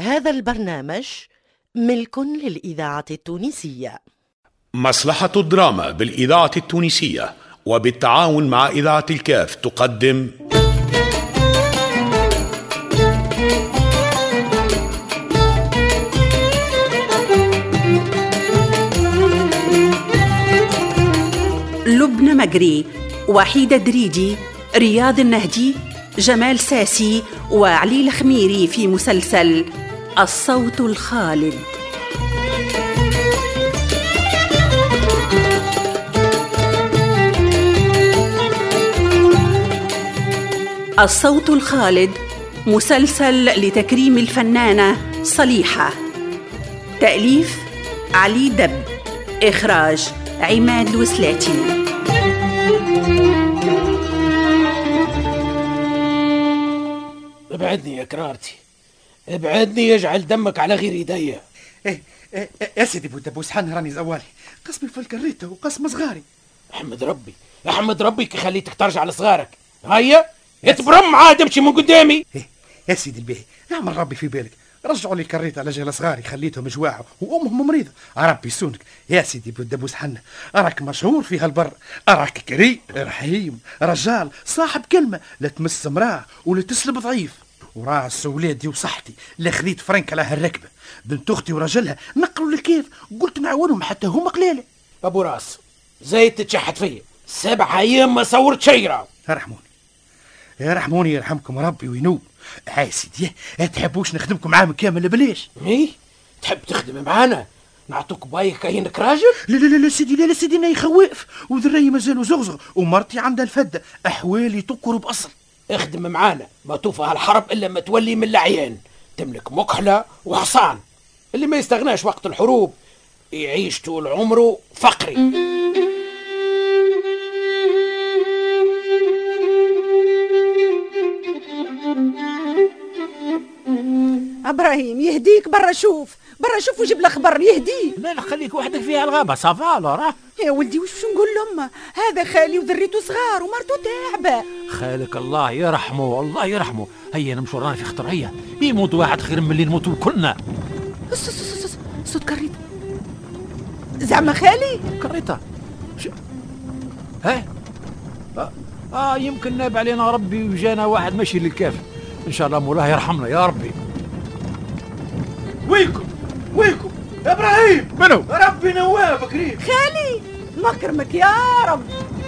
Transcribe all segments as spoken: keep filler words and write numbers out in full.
هذا البرنامج ملك للإذاعة التونسية. مصلحة الدراما بالإذاعة التونسية وبالتعاون مع إذاعة الكاف تقدم لبنى مقري، وحيدة دريدي، رياض النهدي، جمال ساسي وعلي الخميري في مسلسل الصوت الخالد. الصوت الخالد مسلسل لتكريم الفنانة صليحة. تأليف علي دب، إخراج عماد الوسلاتي. ابعدني يا كرارتي، ابعدني يجعل دمك على غير يدي. ايه ايه يا سيدي بودبوس حن راني زوالي قسمي في الكريته وقسم صغاري. احمد ربي احمد ربي كي خليتك ترجع لصغارك. هيا اتبرم عاد امشي من قدامي. ايه يا سيدي الباهي نعمل ربي في بالك، رجعوا لي الكريته على جال صغاري خليتهم جواعوا وامهم مريضه. ربي يسونك يا سيدي بودبوس حنا، اراك مشهور في هالبر، اراك كريم رحيم رجال صاحب كلمه، لا تمس امراه ولا تسلب ضعيف، وراس ولادي وصحتي لا خذيت فرنك على هالركبه. بنت اختي ورجلها نقلوا للكيف، قلت نعاونهم حتى هما قليله. ابو راس زايد تتشحت فيا، سبع ايام ما صورت شيره. رحموني يا رحموني يرحمكم ربي وينوب. هاي سيدي تحبوش نخدمكم عام كامل بلاش؟ مي تحب تخدم معانا نعطوك بايك كاينك راجل؟ لا لا لا سيدي لا لا سيدي انا خواف وذري مازالوا زغزغ ومرتي عندها الفده، احوالي تكر باصل. اخدم معانا ما توفى هالحرب الا ما تولي من العيان، تملك مكحله وحصان، اللي ما يستغناش وقت الحروب يعيش طول عمره فقري. ابراهيم يهديك، برا شوف برا شوف وجيب الخبر يهديك. لا لا خليك وحدك فيها الغابة صافا راه. يا ولدي وش نقول لهم؟ هذا خالي وذريته صغار ومرته تعبة. خالك الله يرحمه الله يرحمه. هيا نمشوا رانا في خطر، هيا يموت واحد خير من اللي نموتوا كلنا. صوت كريته زعما خالي كريته ش... ها آه. اه يمكن ناب علينا ربي وجانا واحد ماشي للكاف، ان شاء الله مولاه يرحمنا يا ربي. وينكم وينكم يا ابراهيم؟ منو؟ ربي نواب كريم. خالي مكرمك يا رب.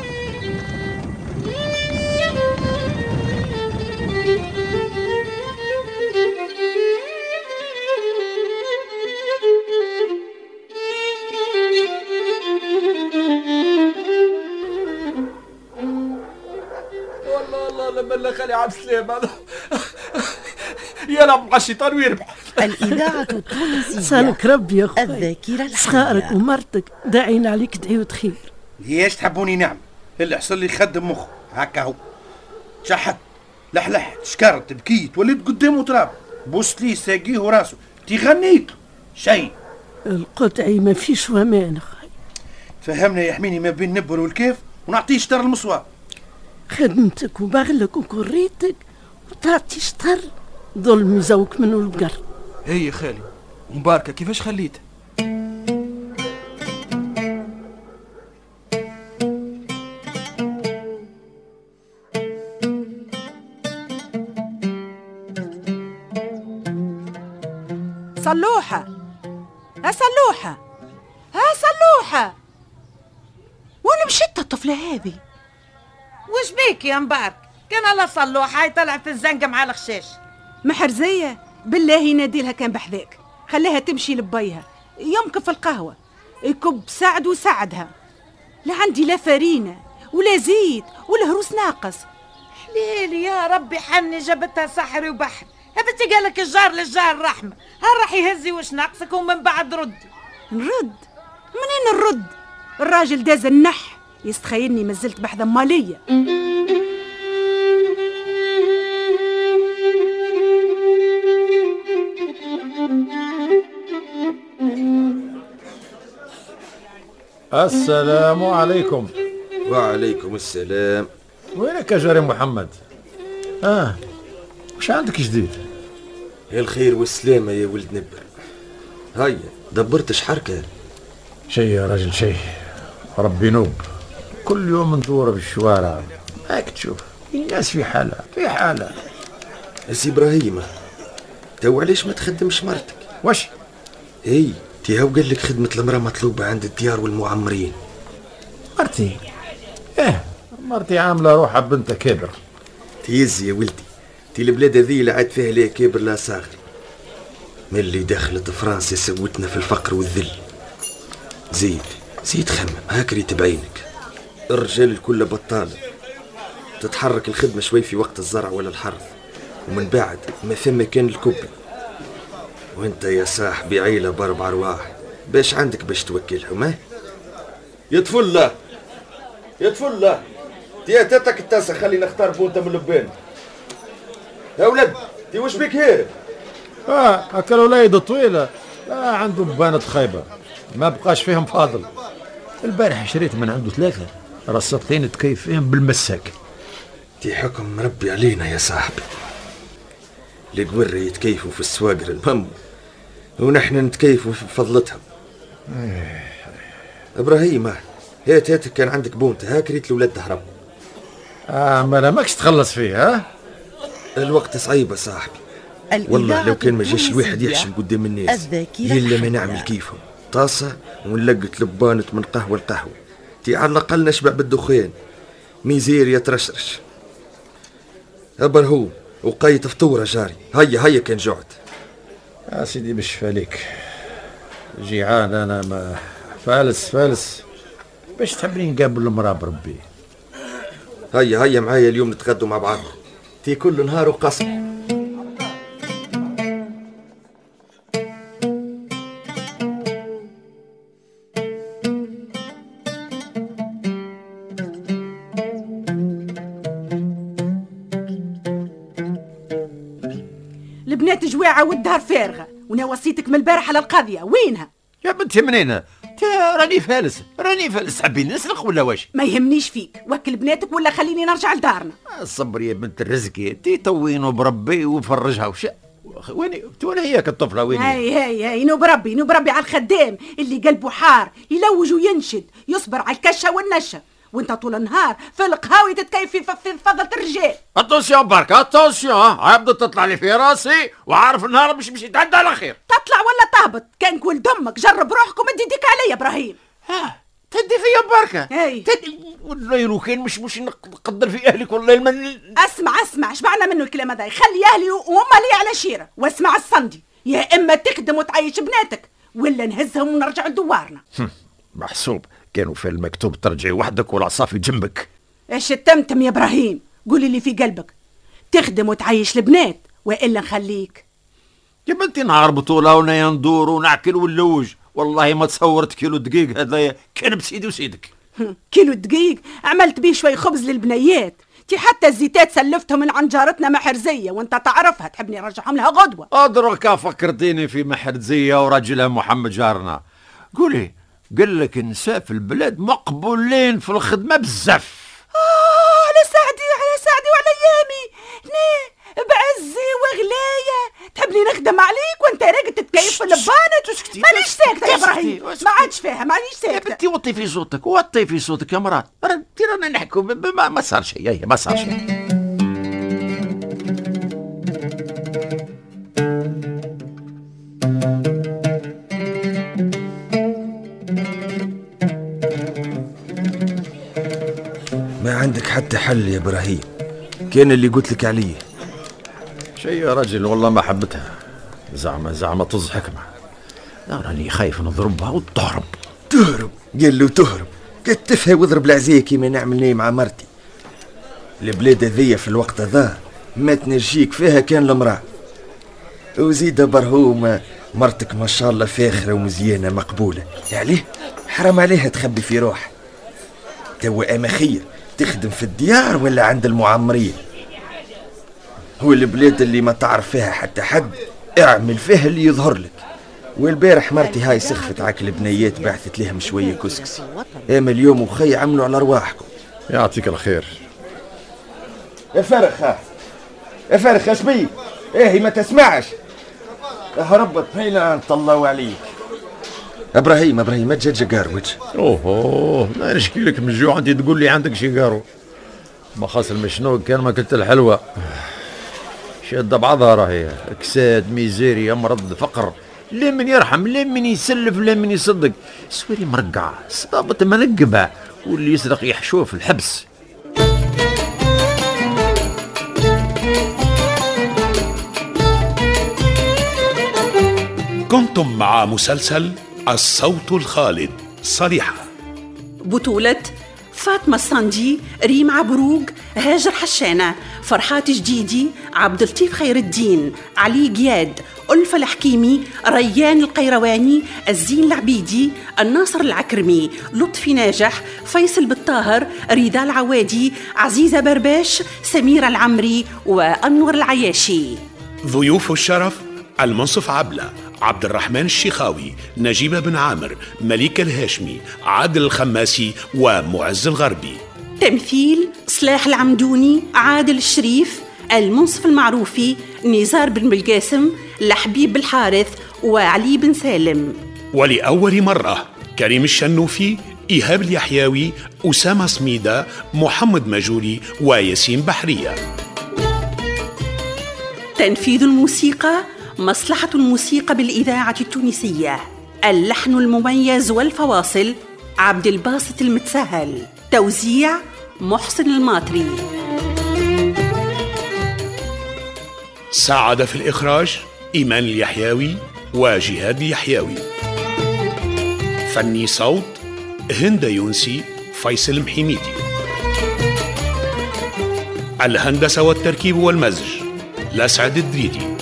والله الله لما لا خالي عبد السلام هذا يلعب مع الشيطان ويربح. الإذاعة التونسية سالك ربي يا خويا، الذاكرة الحية. صغارك ومرتك داعين عليك دعيوة خير. ليش تحبوني نعم؟ اللي حصل لي خدم مخ هكا هو، شحت لحلحت شكرت بكيت وليت قدامه تراب، بوست لي ساقيه وراسه تغنيت شيء. القطعي ما فيش وامان خاي. فهمنا يحميني ما بين نبر والكيف ونعطيه شطر المصوار. خدمتك وبغلك وكريتك وتعطي شطر، ظلم يزوك منه البقر. هي خالي مباركة كيفاش خليت؟ صلوحة ها صلوحة ها صلوحة، وين مشيت الطفلة هذه؟ وش بيك يا مبارك؟ كان الله صلوحة يطلع في الزنقة مع الخشاش. محرزية بالله يناديلها كان بحذاك، خليها تمشي لبيها يمكن في القهوة يكب سعد وسعدها. لا عندي لا فرينة ولا زيت ولا هروس ناقص. حليلي يا ربي حني جبتها سحري وبحر. هبتي قالك الجار للجار رحمة، ها راح يهزي وش ناقصك ومن بعد ردي. نرد؟ منين نرد؟ الراجل داز النح يستخيلني مازلت بحذا مالية. السلام عليكم. وعليكم السلام. وينك يا جاري محمد؟ اه وش عندك جديد؟ الخير والسلامة يا ولد نبر. هيا دبرتش حركة؟ شي يا راجل شي، ربي نوب. كل يوم ندور بالشوارع هاك تشوف الناس في حالة في حالة. سي إبراهيم تو علاش ما تخدمش مرتك؟ واش؟ اي تي هاو قال لك خدمة المرأة مطلوبة عند الديار والمعمرين. مرتي ايه مرتي عاملة روحها بنت كبر. تيز يا ولدي، تي البلاد هذي لا عاد فيها لا كبر لا صاغر. من اللي دخلت فرنسا سوتنا في الفقر والذل. زيد زيد خمم هاك ريت بعينك. الرجال الكل بطالة، تتحرك الخدمة شوي في وقت الزرع ولا الحرث، ومن بعد ما ثم كان الكبي. وانت يا صاحبي عيلة باربع ارواح، باش عندك باش توكلهم؟ ها يطفل الله يطفل الله تيا تاتك التاسع، خلي نختار بونتا من اللبان. يا ولد تي وش بيك هيرب؟ اه هكا الولايد طويلة، لا عنده بانت خايبة ما بقاش فيهم فاضل. البارح شريت من عنده ثلاثة رصتين تكيف فيهم بالمساك. تي حكم ربي علينا يا صاحبي، القورة يتكيفوا في السواقر المهم ونحن نتكيفوا في فضلتهم. ابراهيم هات هات كان عندك بونت هاك ريت الولاد تهرب. اه ما لا ماكش تخلص فيه. ها الوقت صعيب يا صاحبي والله، لو كان ما جاش الواحد يحشم قدام الناس الا ما نعمل كيفهم، طاسة ونلقت لبانة من قهوة لقهوة، تي على الأقل نشبع بالدخان، ميزير يترشرش. أبرهو وقيت فطورة جاري، هيا هيا كان جعت. يا سيدي بالشفا ليك، جيعان أنا ما فالس فالس باش تحبني نقابل المرأة بربي. هيا هيا معايا اليوم نتغدوا مع بعض، تي كل نهار وقصر. البنات جواعة والدار فارغة، وانا وصيتك من البارح على القضية، وينها؟ يا بنتي منين؟ راني فالس راني فالس، تحبيني نسرق ولا واش؟ ما يهمنيش فيك، وكل بناتك ولا خليني نرجع لدارنا. صبر يا بنت الرزق، تي طوينه بربي وفرجها وش وين وين هي كالطفله وين؟ هاي هاي هاي نوب ربي نوب ربي على الخدام اللي قلبه حار يلوج وينشد، يصبر على الكشه والنشه، وانت طول النهار في القهاوي تتكيف في فضلة الرجال. اتونسيون برك اتونسيون، هاي بدات تطلع لي في راسي وعارف النهار باش باش يتعدى على خير. تطلع ولا تهبط، كان كل دمك جرب روحك ومد يديك عليا ابراهيم. ها تدي فيا بركه. اي تدي والله لو كان مش مش نقدر في اهلك والله المن. اسمع اسمع شبعنا منه الكلام هذا، خلي اهلي وهم لي على شيره، واسمع الصندي، يا اما تخدم وتعيش بناتك ولا نهزهم ونرجع لدوارنا. محسوب كانوا في المكتوب ترجعي وحدك والعصافي جنبك. ايش التمتم يا ابراهيم؟ قولي اللي في قلبك، تخدم وتعيش البنات والا نخليك. يا بنتي نهار بطوله ونايا ندور ونعكل ونلوج، والله ما تصورت كيلو دقيق هذايا كان بسيدي وسيدك. كيلو دقيق عملت بيه شوي خبز للبنيات، تي حتى الزيتات سلفتهم من عند جارتنا محرزيه وانت تعرفها، تحبني نرجعهم لها غدوه. ادرك فكرتيني في محرزيه ورجلها محمد جارنا. قولي قال لك النساء في البلاد مقبولين في الخدمه بزاف. اه على سعدي على سعدي وعلى ايامي، ني بعزي وغلايه، تحبني نخدم عليك وانت راقد تتكيف في اللبانه؟ مانيش ساكته يا ابراهيم، ما عادش فيها مانيش ساكته. يا بنتي وطي في صوتك وطي في صوتك يا مرات، رانا نحكوا ما صار شيء، ما صار شيء. ما عندك حتى حل يا ابراهيم؟ كان اللي قلت لك عليه شيء يا رجل والله ما حبتها، زعما زعما طز حكمه، راني خايف نضربها وتهرب. تهرب؟ قال له تهرب، كتفها واضرب العزيه كيما نعمل مع مرتي. البلاد هذيا في الوقت هذا ما تنجيك فيها كان المراه، وزيد برهومه مرتك ما شاء الله فاخره ومزيانه مقبوله، عليه حرام عليها تخبي في روح. توا اما خير تخدم في الديار ولا عند المعمرين، هو البلاد اللي ما تعرف فيها حتى حد اعمل فيها اللي يظهر لك. والبارح مرتي هاي سخفت عاك البنيات بعثت لهم شويه كسكسي، اما اليوم وخي عملوا على ارواحكم. يعطيك الخير يا فرخ ها يا فرخ اش بيك؟ ايه ما تسمعش هربت هيلا طلعوا عليك. ابراهيم ابراهيم ما تجي قاروج. اوه لا نشكي لك من الجوع انت تقول لي عندك شي قارو. ما خاص المشنوق كان ما كلت الحلوى. شادة بعضها راهي، اكساد ميزيريا مرض فقر، لا من يرحم لا من يسلف لا من يصدق، سواري مرقع صبابط منقبع، واللي يسرق يحشوه في الحبس. كنتم مع مسلسل الصوت الخالد صريحة، بطولة فاطمة الصندي، ريم عبروق، هاجر حشانة، فرحات جديدي، عبد اللطيف خير الدين، علي قياد، ألفة الحكيمي، ريان القيرواني، الزين العبيدي، الناصر العكرمي، لطفي ناجح، فيصل بالطاهر، رضا العوادي، عزيزة برباش، سميرة العمري، وأنور العياشي. ضيوف الشرف: المنصف عبلة، عبد الرحمن الشيخاوي، نجيبة بن عامر، مليكة الهاشمي، عادل الخماسي، ومعز الغربي. تمثيل: صلاح العمدوني، عادل الشريف، المنصف المعروفي، نزار بن بالقاسم، لحبيب بالحارث، وعلي بن سالم. ولأول مرة كريم الشنوفي، إيهاب اليحيوي، أسامة سميدة، محمد مجولي، وياسين بحرية. تنفيذ الموسيقى: مصلحة الموسيقى بالإذاعة التونسية. اللحن المميز والفواصل: عبد الباسط المتسهل. توزيع: محسن الماطري. ساعد في الإخراج إيمان اليحيوي وجهاد اليحيوي. فني صوت: هند يونسي، فيصل محميدي. الهندسة والتركيب والمزج: لسعد الدريدي.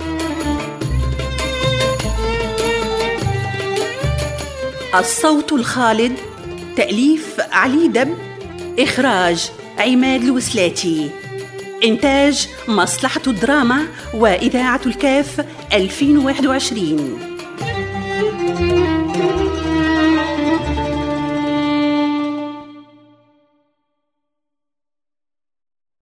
الصوت الخالد، تأليف علي دب، إخراج عماد الوسلاتي، إنتاج مصلحة الدراما وإذاعة الكاف ألفين وواحد وعشرين.